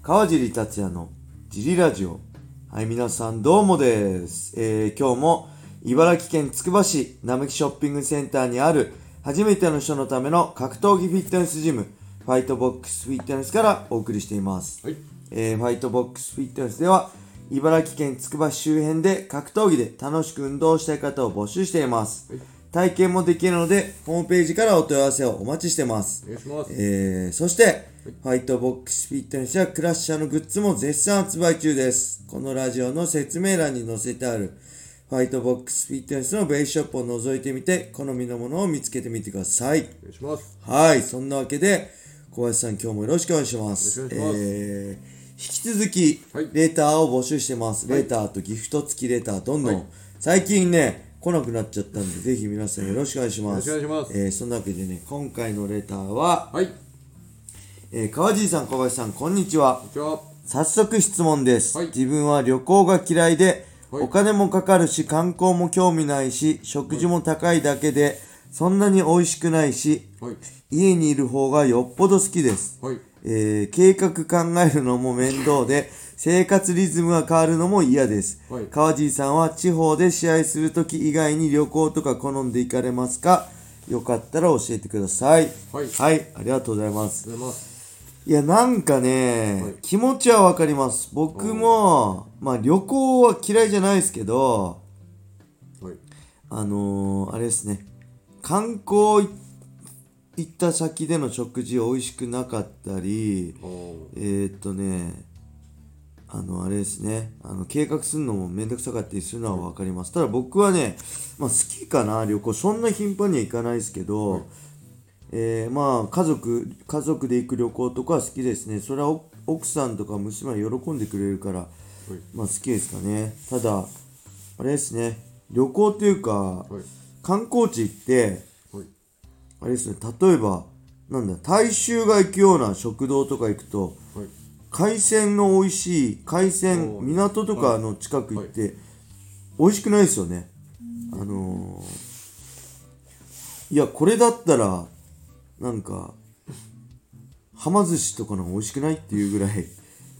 川尻達也のジリラジオ。はい、皆さんどうもです。今日も茨城県つくば市並木ショッピングセンターにある初めての人のための格闘技フィットネスジム、ファイトボックスフィットネスからお送りしています。ファイトボックスフィットネスでは茨城県つくば市周辺で格闘技で楽しく運動したい方を募集しています。体験もできるのでホームページからお問い合わせをお待ちしてます。 お願いします。 そしてファイトボックスフィットネスやクラッシャーのグッズも絶賛発売中です。このラジオの説明欄に載せてあるファイトボックスフィットネスのベースショップを覗いてみて好みのものを見つけてみてください。 お願いします。 はい、そんなわけで小林さん、今日もよろしくお願いします。 よろしくお願いします。 引き続き、レーターを募集してます。レーターとギフト付きレーターどんどん、最近ね来なくなっちゃったんで、ぜひ皆さんよろしくお願いします。 よろしくお願いします。 そんなわけでね、今回のレターは、川尻さん、小林さん、こんにちは。 こんにちは。 早速質問です。自分は旅行が嫌いで、お金もかかるし、観光も興味ないし、食事も高いだけで、そんなに美味しくないし、家にいる方がよっぽど好きです。計画考えるのも面倒で、生活リズムが変わるのも嫌です。川尻さんは地方で試合するとき以外に旅行とか好んで行かれますか？よかったら教えてください。はい、ありがとうございます。いや、なんかね、気持ちはわかります。僕も、旅行は嫌いじゃないですけど、あれですね、観光行った先での食事美味しくなかったり、あれですね、計画するのもめんどくさかったりするのはわかります。ただ僕はね、好きかな、旅行。そんな頻繁には行かないですけど、家族で行く旅行とかは好きですね。それは奥さんとか娘は喜んでくれるから、好きですかね。ただ、あれですね、旅行っていうか、観光地行って、あれですね、例えば、大衆が行くような食堂とか行くと、海鮮の美味しい、港とかの近く行って、美味しくないですよね。いや、これだったら、はま寿司とかの美味しくないっていうぐらい、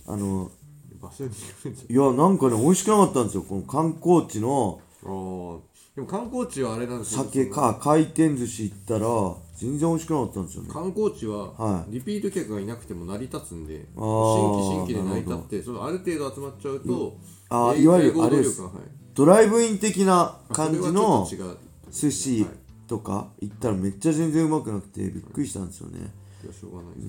いや、美味しくなかったんですよ。この観光地の、 でも観光地はあれなんですよ。 回転寿司行ったら、全然美味しくなかったんですよね。 観光地は、リピート客がいなくても成り立つんで、新規で成り立って、そのある程度集まっちゃうと、 いわゆるあれです。ドライブイン的な感じの寿司とか行ったらめっちゃ全然うまくなくてびっくりしたんですよね。 しょうがないです。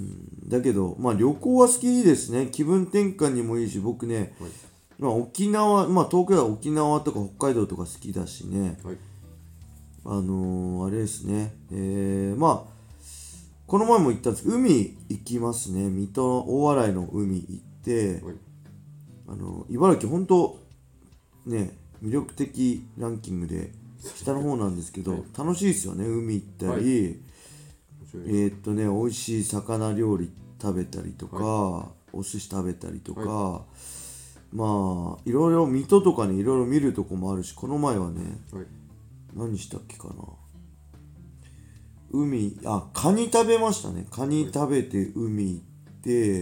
だけど、旅行は好きですね。気分転換にもいいし、僕ね、沖縄、東京は沖縄とか北海道とか好きだしね、あれですね、この前も行ったんですけど、海行きますね。水戸、大洗の海行って、茨城ほんとね、魅力的ランキングで下の方なんですけど、楽しいですよね。海行ったり、美味しい魚料理食べたりとか、お寿司食べたりとか、いろいろ水戸とかね、いろいろ見るとこもあるし、この前はね、何したっけかな、カニ食べましたね。カニ食べて海行って、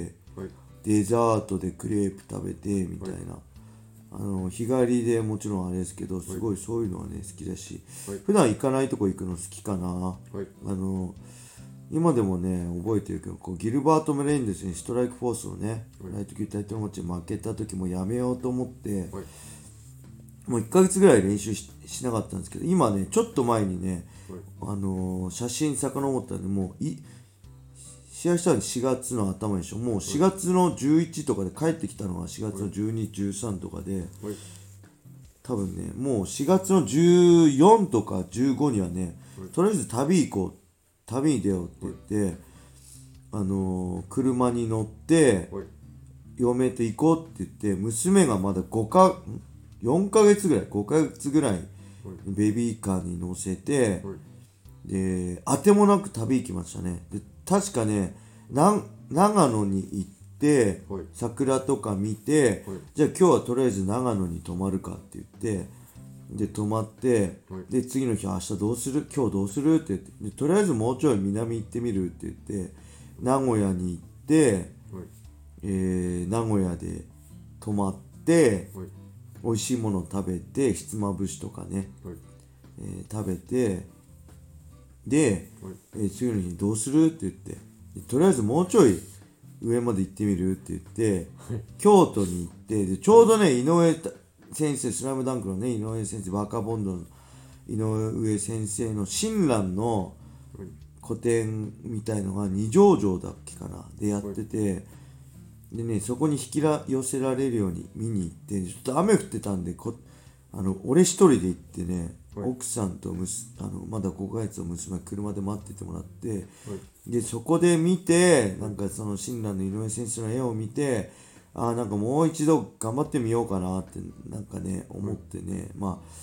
デザートでクレープ食べてみたいな、日帰りでもちろんあれですけど、すごいそういうのはね好きだし、普段行かないとこ行くの好きかな。今でもね覚えてるけど、ギルバート・メレンデスにストライクフォースをね、ライト級タイトルマッチ負けた時もやめようと思って、もう1ヶ月ぐらい練習 しなかったんですけど、今ねちょっと前にね、写真遡ったんで、もう試合したの4月の頭でしょ。もう4月の11とかで帰ってきたのが4月の12、13とかで、多分ねもう4月の14とか15にはね、とりあえず旅に出ようって言って、車に乗って嫁と行こうって言って、娘がまだ4ヶ月ぐらいベビーカーに乗せて、で当てもなく旅行きましたね。で確かね、長野に行って、桜とか見て、じゃあ今日はとりあえず長野に泊まるかって言って、で泊まって、で次の日明日どうする、今日どうするって言って、でとりあえずもうちょい南行ってみるって言って名古屋に行って、 名古屋で泊まって、 はい、 美味しいものを食べて、ひつまぶしとかね、 はい、 食べて、で、次の日どうするって言って、とりあえずもうちょい上まで行ってみるって言って、京都に行って、でちょうどね、井上先生、スラムダンクのね、井上先生、バカボンドの井上先生の親鸞の個展みたいのが二条城だっけかなでやってて、でね、そこに引き寄せられるように見に行って、ちょっと雨降ってたんで、俺一人で行ってね、奥さんとまだ5ヶ月の娘が車で待っててもらって、でそこで見て、なんかその親鸞の井上先生の絵を見て、なんかもう一度頑張ってみようかなってなんかね思ってね、まあ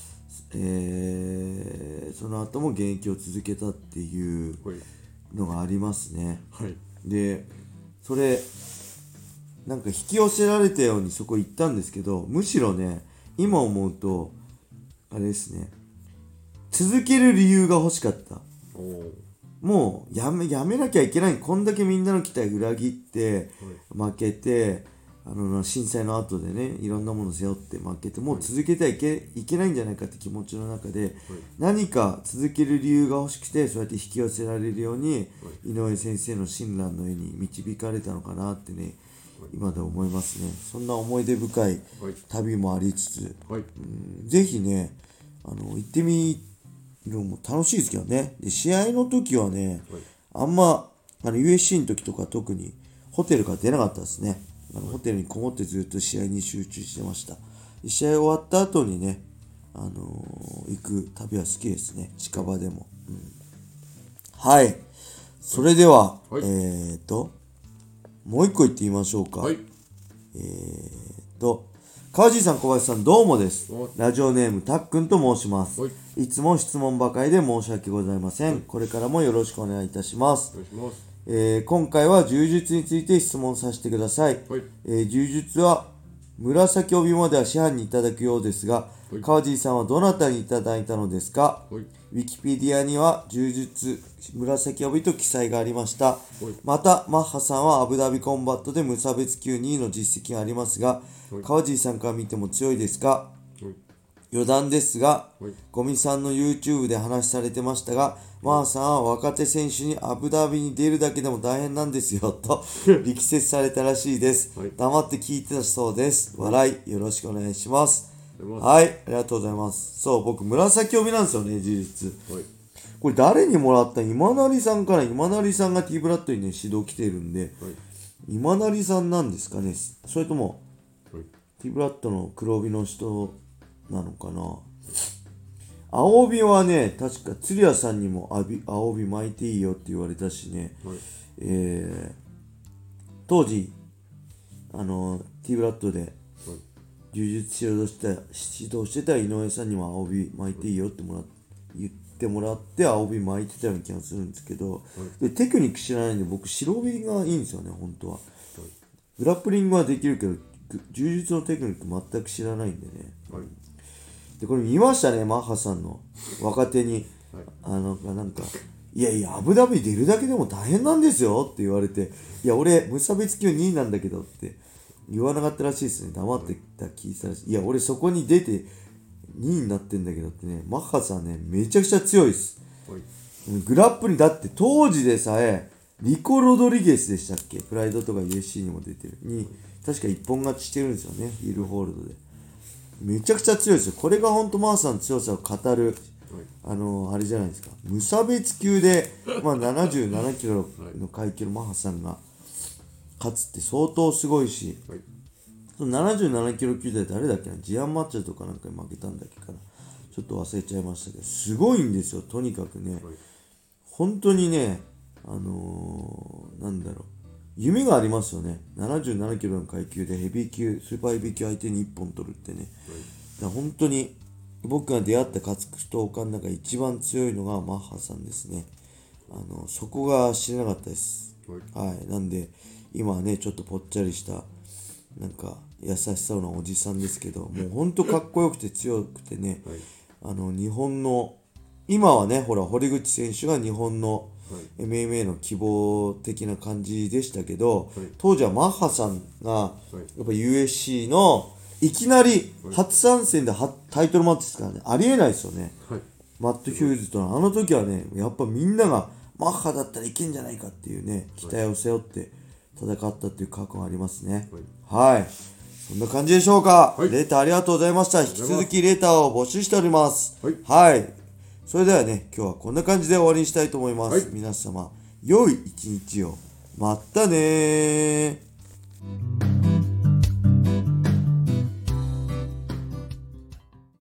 その後も現役を続けたっていうのがありますね。でそれなんか引き寄せられたようにそこ行ったんですけど、むしろね今思うとあれですね、続ける理由が欲しかった。もうやめなきゃいけない。こんだけみんなの期待裏切って負けて、震災の後でねいろんなもの背負って負けて、もう続けてはいけないんじゃないかって気持ちの中で、何か続ける理由が欲しくて、そうやって引き寄せられるように井上先生の親鸞の絵に導かれたのかなってね今で思いますね。そんな思い出深い旅もありつつ、ぜひね行ってみるのも楽しいですけどね。で試合の時はね、あんまUSC の時とか特にホテルから出なかったですね。ホテルにこもってずっと試合に集中してました。試合終わった後にね、行く旅は好きですね。近場でも。はい。それでは、もう一個言ってみましょうか。川尻さん、小林さん、どうもです。ラジオネームたっくんと申します。いつも質問ばかりで申し訳ございません。これからもよろしくお願いいたします。今回は柔術について質問させてください。柔術は紫帯までは師範にいただくようですが、川尻さんはどなたにいただいたのですか？ウィキペディアには柔術紫帯と記載がありました。またマッハさんはアブダビコンバットで無差別級2位の実績がありますが、川尻さんから見ても強いですか？余談ですが、ゴミさんの YouTube で話されてましたが、マーさんは若手選手にアブダビに出るだけでも大変なんですよと力説されたらしいです。黙って聞いてたそうです。笑いよろしくお願いします。はい、ありがとうございます。そう、僕紫帯なんですよね、事実。これ誰にもらった？今成さんから。今成さんが T ブラッドにね指導来てるんで、今成さんなんですかね、それとも T ブラッドの黒帯の人なのかな。青帯はね、確か釣屋さんにも青帯巻いていいよって言われたしね、当時T ブラッドで柔術指導してた井上さんにも青帯巻いていいよって言ってもらって青帯巻いてたような気がするんですけど、でテクニック知らないんで僕白帯がいいんですよね本当は。グラップリングはできるけど柔術のテクニック全く知らないんでね。でこれ見ましたね、マッハさんの若手に、なんかいやいやアブダビ出るだけでも大変なんですよって言われて、いや俺無差別級2位なんだけどって言わなかったらしいですね。黙って聞いてたらしい。いや俺そこに出て2位になってんだけどってね、マッハさんねめちゃくちゃ強いです。グラップリングだって当時でさえリコ・ロドリゲスでしたっけ、プライドとか USC にも出てるに確か一本勝ちしてるんですよね、ヒールホールドで。めちゃくちゃ強いですよ。これが本当マーさんの強さを語る、あれじゃないですか。無差別級で、77キロの階級のマッハさんが勝つって相当すごいし、その77キロ級で誰だっけな、ジアンマッチャとかなんかに負けたんだっけかな、ちょっと忘れちゃいましたけど、すごいんですよ。とにかくね、本当にね、なんだろう、夢がありますよね。77キロの階級でヘビー級、スーパーヘビー級相手に1本取るってね。だから本当に僕が出会った格闘家の中で一番強いのがマッハさんですね。そこが知らなかったです。なんで今はねちょっとぽっちゃりしたなんか優しそうなおじさんですけど、もう本当かっこよくて強くてね、日本の今はねほら堀口選手が日本の MMA の希望的な感じでしたけど、 はい、 当時はマッハさんがやっぱ USC のいきなり初参戦でタイトルマッチですからね、ありえないですよね、 はい、 マット・ヒューズとのあの時はね、やっぱみんながマッハだったらいけんじゃないかっていうね、期待を背負って戦ったっていう過去がありますね。はい、そんな感じでしょうか。レーターありがとうございました。引き続きレーターを募集しております。はい、それではね、今日はこんな感じで終わりにしたいと思います。皆様良い一日を。またねー。